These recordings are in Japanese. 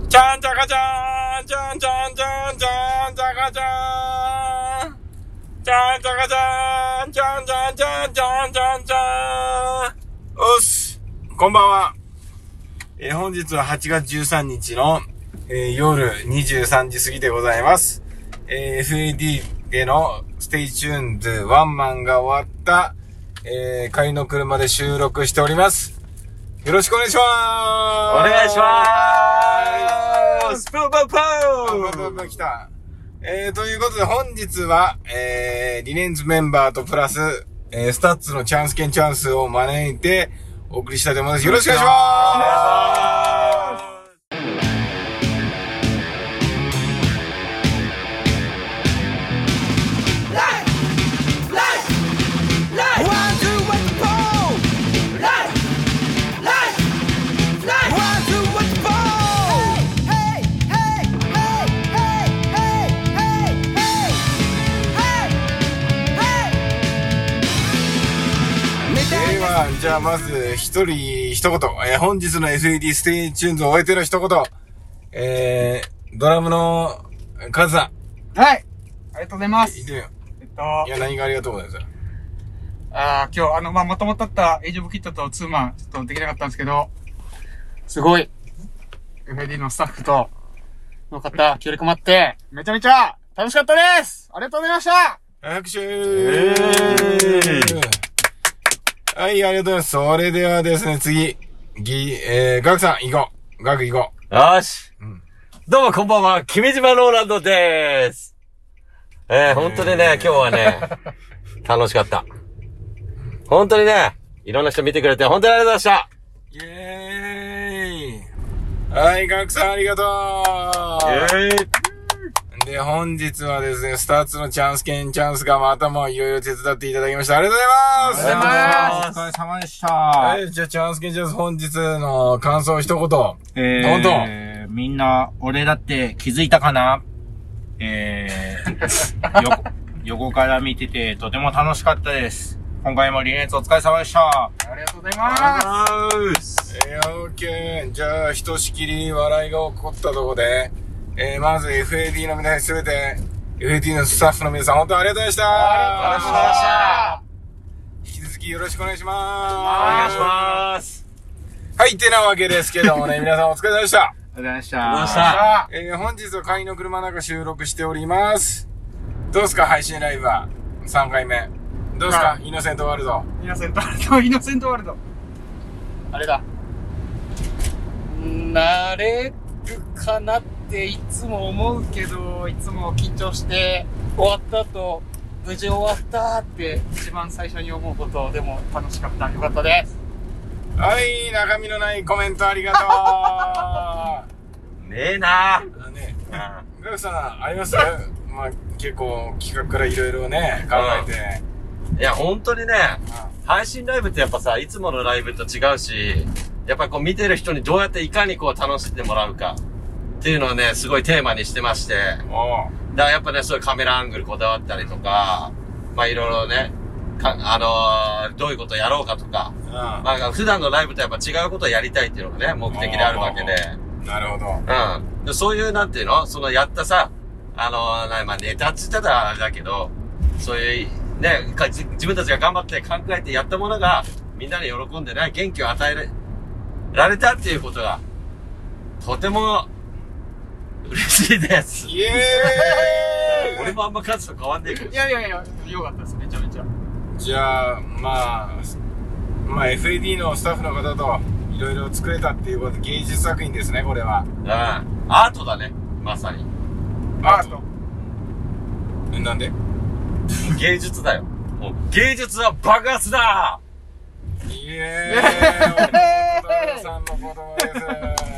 ちゃんちゃかちゃんちゃんちゃんちゃんちゃんちゃかちゃんちゃんちゃかちゃんちゃんちゃんちゃんちゃんちゃんちゃんおっす。こんばんは。本日は8月13日の、夜23時過ぎでございます。FAD でのステイチューンズワンマンが終わった、帰りの車で収録しております。よろしくお願いします。 お願いします。プープープー来た。ということで本日は、リネンズメンバーとプラス、スタッツのチャンスケンチャンスを招いてお送りしたいと思います。よろしくお願いします。じゃあまず一人一言、本日の FAD ステイチューンズを終えての一言、ドラムのカズさん。はい。ありがとうございます。 いや、何がありがとうございます。 今日、もともとあったエイジオブキットとツーマン、ちょっとできなかったんですけど、すごい、FAD のスタッフと、の方、協力もあって、めちゃめちゃ楽しかったです。ありがとうございました。 拍手はい、ありがとうございます。それではですね、次、ガクさん、行こう。ガク行こう。よーし。どうもこんばんは、君島ローランドでーす。本当にね、今日はね、楽しかった。本当にね、いろんな人見てくれて、本当にありがとうございました。イェーイ。はい、ガクさんありがとう。 イェーイ。 で、本日はですね、スタッツのチャンスケンチャンスがまたもいろいろ手伝っていただきました。ありがとうございます。 お疲れ様でした。 はい、じゃあチャンスケンチャンス本日の感想一言。どんどん。 みんな、俺だって気づいたかな横から見ててとても楽しかったです。今回もリネンツお疲れ様でした。 ありがとうございます。 オッケー。じゃあ、ひとしきり笑いが起こったところで、まず FAD の皆さんすべて、FAD のスタッフの皆さん本当にありがとうございました。 ありがとうございました。 引き続きよろしくお願いします。 お願いします。 はい、てなわけですけどもね、皆さんお疲れ様でした。 ありがとうございました。 本日は帰りの車の中収録しております。どうですか、配信ライブは3回目。どうですか、イノセントワールド。 イノセントワールド。あれだ。慣れるかなっていつも思うけど、いつも緊張して終わった後、無事終わったって一番最初に思うこと、でも楽しかった。よかったです。 はい、中身のないコメントありがとう。ねえなぁ。ねえ。ガクさん、ありますまあ、結構企画からいろいろね、考えて。 いや、本当にね、配信ライブってやっぱさ、いつものライブと違うし、やっぱこう見てる人にどうやっていかにこう楽しんでもらうかっていうのをね、すごいテーマにしてまして。だからやっぱね、そういうカメラアングルこだわったりとか、まあいろいろね、どういうことをやろうかとか、まあ普段のライブとやっぱ違うことをやりたいっていうのがね、目的であるわけで。 なるほど。 でそういうなんていうのそのやったさ、まあネタって言ったらあれだけど、そういうね、自分たちが頑張って考えてやったものが、みんなに喜んでね、元気を与えられたっていうことが、とても、嬉しいです。 イエーイ俺もあんま数と変わんねえけど。 いや、よかったです、めちゃめちゃ。 じゃあ、まあ FAD のスタッフの方と、いろいろ作れたっていうことで、芸術作品ですね、これは。 アートだね、まさに。 アート。 なんで芸術だよ。もう芸術は爆発だイエーイお父さんの子供です。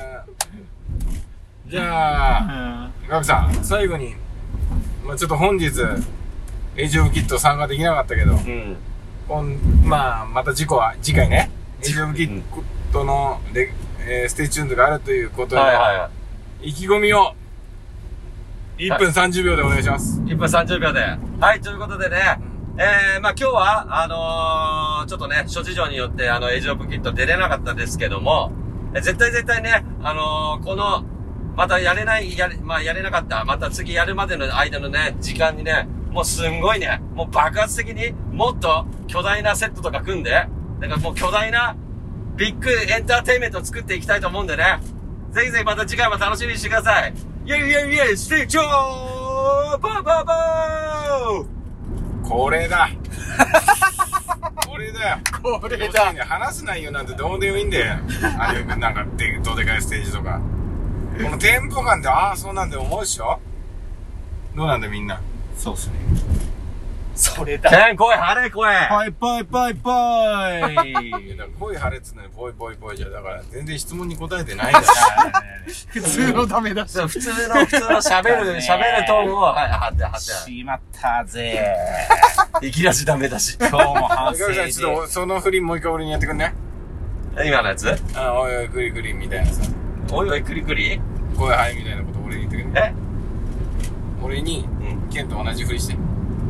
じゃあ、ガクさん、最後に、まあちょっと本日、エイジオブキット参加できなかったけど、まあまた次回ね、エイジオブキットのステイチューンズがあるということで、意気込みを、1分30秒でお願いします。 1分30秒で。はい、ということでね、まあ今日は、ちょっとね、諸事情によって、エイジオブキット出れなかったですけども、絶対ね、この、 またやれなかった。また次やるまでの間のね、時間にね、もうすんごいね、もう爆発的にもっと巨大なセットとか組んで、だからもう巨大なビッグエンターテインメントを作っていきたいと思うんでね。ぜひぜひまた次回も楽しみにしてください。イェイイェイイェイステーキョーバーバーバーこれだ。これだよ。 これだ。 話す内容なんてどうでもいいんだよ。あれ、なんか、どでかいステージとか。このテンポ感で、ああ、そうなんだよ思うでしょ？どうなんだみんな。 そうっすね。 それだ。 ケン、声張れ、声。 ぽいぽいぽいぽい。 いや、だから声張れっつうのに、ぽいぽいぽいじゃ、だから全然質問に答えてないんだよ。 普通のダメだし。 普通の喋るトーンを、張って。 しまったぜいきなしダメだし。 今日も反省で。 ちょっと、その振りもう一回俺にやってくんね。 今のやつおいおい、グリグリみたいなさ。 おいおい、クリクリ声張れみたいなこと俺に言ってくんね。俺に、 うん。 ケンと同じ振りして。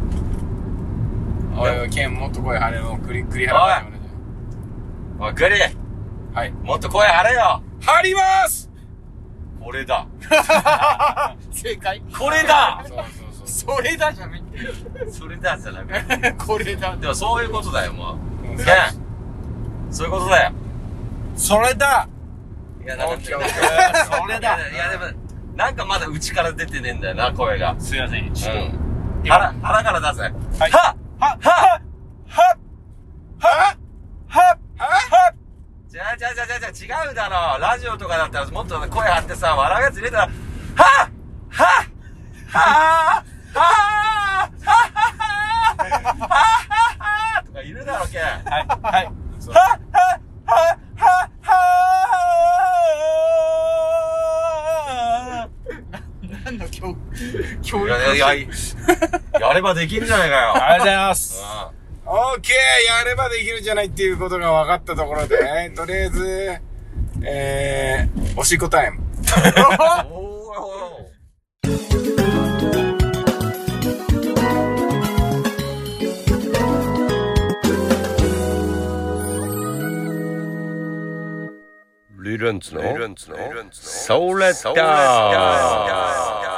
おいおい、ケンもっと声張れのクリ張れみたいな。 おい、クリはい。 もっと声張れよ張りますこれだ。 正解。 これだそれだじゃない。 それだじゃなくて。 これだ。 でもそういうことだよ、もう。 うんケンそういうことだよ。 それだいや、だから、 オッケーオッケーそれだいや、でも、なんかまだ内から出てねえんだよな、声が。 すいません。ちょっと。 うん。腹から出せ。 はい。 はっはははじゃ違うだろ。ラジオとかだったらもっと声張ってさ、笑うやつ入れたら、はっはっはっはっはっはとかいるだろ、ケン。 はい。 そうはっはっはっは何の教いや、やればできるじゃないかよ。 ありがとうございます。 オッケーやればできるじゃないっていうことが分かったところで、とりあえず、おしっこタイム。 おリレンツのソレッダ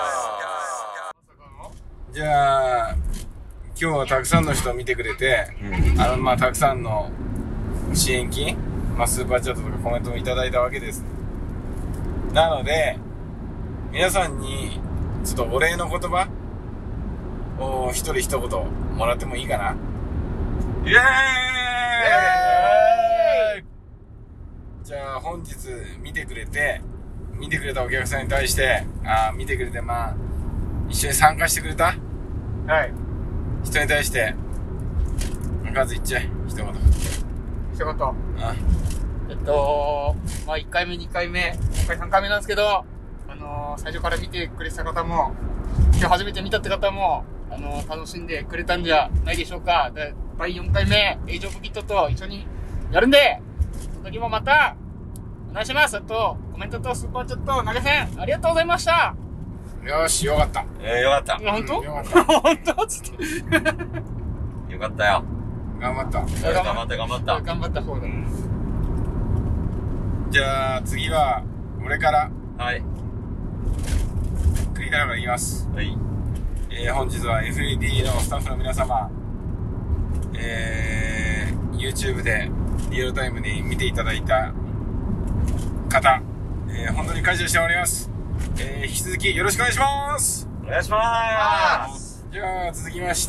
じゃあ、今日はたくさんの人を見てくれて、たくさんの支援金、スーパーチャットとかコメントもいただいたわけです。なので、皆さんに、ちょっとお礼の言葉を一人一言もらってもいいかな？ イエーイじゃあ本日見てくれたお客さんに対して、見てくれて、一緒に参加してくれたはい。 人に対して、数言っちゃえ、一言。 一言。1回目、2回目、今回3回目なんですけど、最初から見てくれてた方も、今日初めて見たって方も、楽しんでくれたんじゃないでしょうか。で、第4回目、エイジオブギットと一緒にやるんで、その時もまた、お願いします。あと、コメントとスーパーチャット投げ銭、ありがとうございました。 よーし、よかった。 よかった。 本当？ よかった。 本当つって。 よかったよ。 頑張った。 頑張った。 頑張った方だ。 じゃあ次は、俺から、 はい。 栗から言います。 はい。 本日は FAD のスタッフの皆様、YouTube でリアルタイムに見ていただいた方、本当に感謝しております。引き続きよろしくお願いします。 お願いしまーす。 じゃあ続きまして、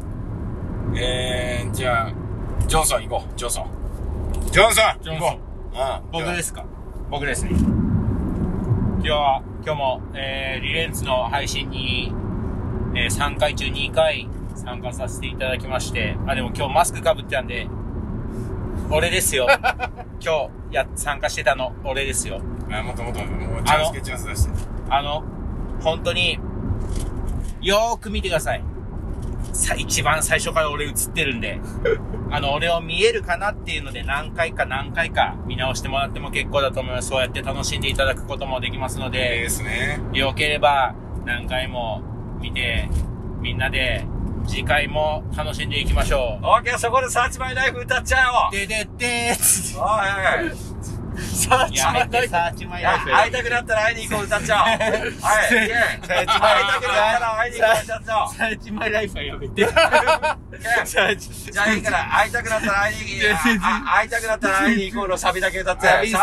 じゃあジョンソン行こう。ジョンソン行こう。 僕ですか？僕ですね。今日も、リレンツの配信に、3回中2回参加させていただきまして、でも今日マスク被ってたんで、俺ですよ。今日参加してたの、俺ですよ。 もっともうチャンス出して。 本当に、よーく見てください。一番最初から俺映ってるんで、俺を見えるかなっていうので何回か見直してもらっても結構だと思います。そうやって楽しんでいただくこともできますので、 ですね。 よければ何回も見て、みんなで次回も楽しんでいきましょう。 オッケー、そこでサーチマイライフ歌っちゃおう。 でででーつ。 おいおい。 サーチやめて、 マイライフ。 サーチマイライフ。 会いたくなったら会いに行こう、歌っちゃおう。はい。会いたくなったら会いに行こう、歌っちゃおう。 サーチマイライフはやめて。 じゃあいいから、会いたくなったら会いに行こうのサビだけ歌って。 サビ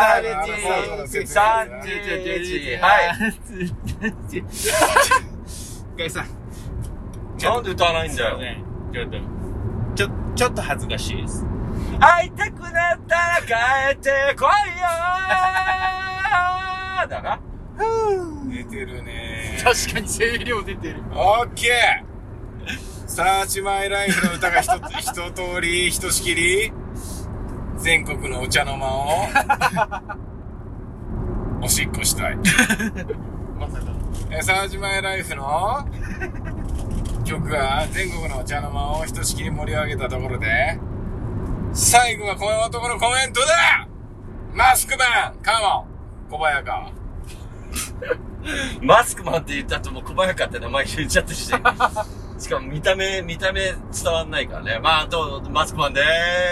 3、2、1、はい。 ガイさん。 なんで歌わないんだよ。 ちょっと恥ずかしいです。 会いたくなったら帰ってこいよーだな。 出てるね。 確かに声量出てる。 オッケー。サーチマイライフの歌が一通り、ひとしきり、全国のお茶の間を、おしっこしたい。 まさか。 サーチマイライフの曲が全国のお茶の間をひとしきり盛り上げたところで、最後はこの男のコメントだ。マスクマンカモン小早川。 マスクマンって言った後も小早川って名前言っちゃってるし。しかも見た目伝わんないからね。まあ、マスクマンでー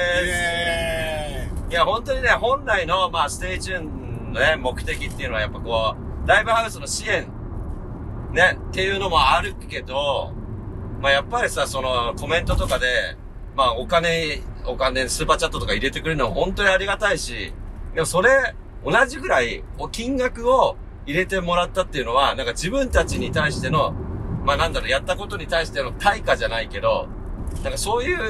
す。いや、本当にね、本来の、まあ、ステージのね、目的っていうのはやっぱこう、ライブハウスの支援、ね、っていうのもあるけど、まあ、やっぱりさ、その、コメントとかで、まあ、お金、スーパーチャットとか入れてくれるのは本当にありがたいし、でもそれ、同じぐらい、金額を入れてもらったっていうのは、なんか自分たちに対しての、まあなんだろう、やったことに対しての対価じゃないけど、なんかそういう、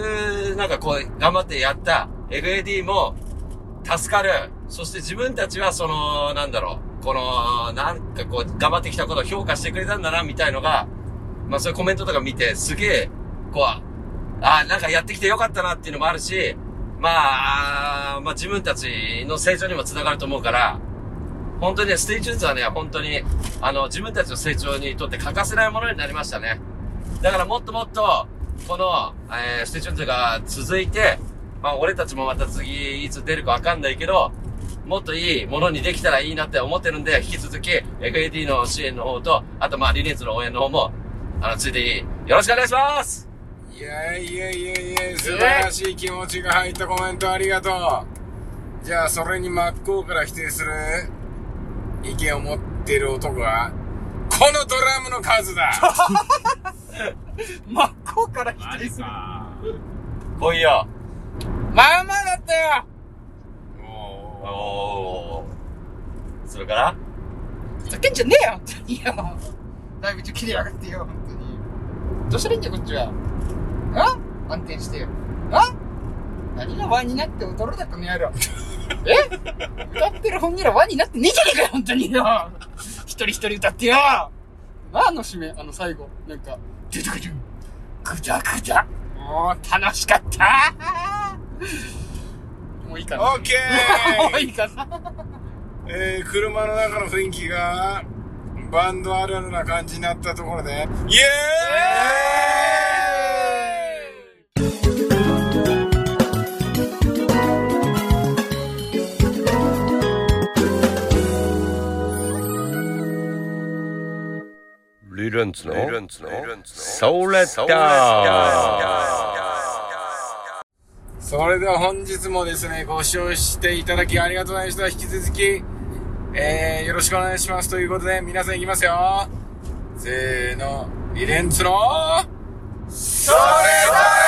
なんかこう、頑張ってやった FAD も助かる。そして自分たちはその、なんだろう、この、なんかこう、頑張ってきたことを評価してくれたんだな、みたいのが、まあそういうコメントとか見て、すげえ、こう、なんかやってきてよかったなっていうのもあるし、まあ自分たちの成長にもつながると思うから、本当にね、ステージューンズはね、本当に、自分たちの成長にとって欠かせないものになりましたね。だからもっともっと、この、ステージューンズが続いて、まあ俺たちもまた次いつ出るかわかんないけど、もっといいものにできたらいいなって思ってるんで、引き続き FAD の支援の方と、あとまあリネンツの応援の方も、ついてよろしくお願いします。 いや、素晴らしい気持ちが入ったコメントありがとう。じゃあ、それに真っ向から否定する意見を持っている男は、このドラムの数だ。 真っ向から否定する。 来いよ。 まあまあだったよ。 おー。それからふざけんじゃねえよ、本当によ。だいぶ切れやがってよ、本当に。どうしたらいいんだよ、こっちは。安定してよ。何が輪になって踊るだ、この野郎。歌ってる本人ら輪になってねえじゃねえかよ、本当によ。一人一人歌ってよ。締め、最後。なんか、ドゥドゥドゥン、グダグダ。もう、楽しかった。もういいかな。 オッケー。 もういいかな。 車の中の雰囲気が、バンドあるあるな感じになったところで、イエーイリレンツのソーレッダー。 それでは本日もですね、ご視聴していただきありがとうございました。引き続き、よろしくお願いしますということで、皆さんいきますよ。せーの、リレンツのソーレッダー。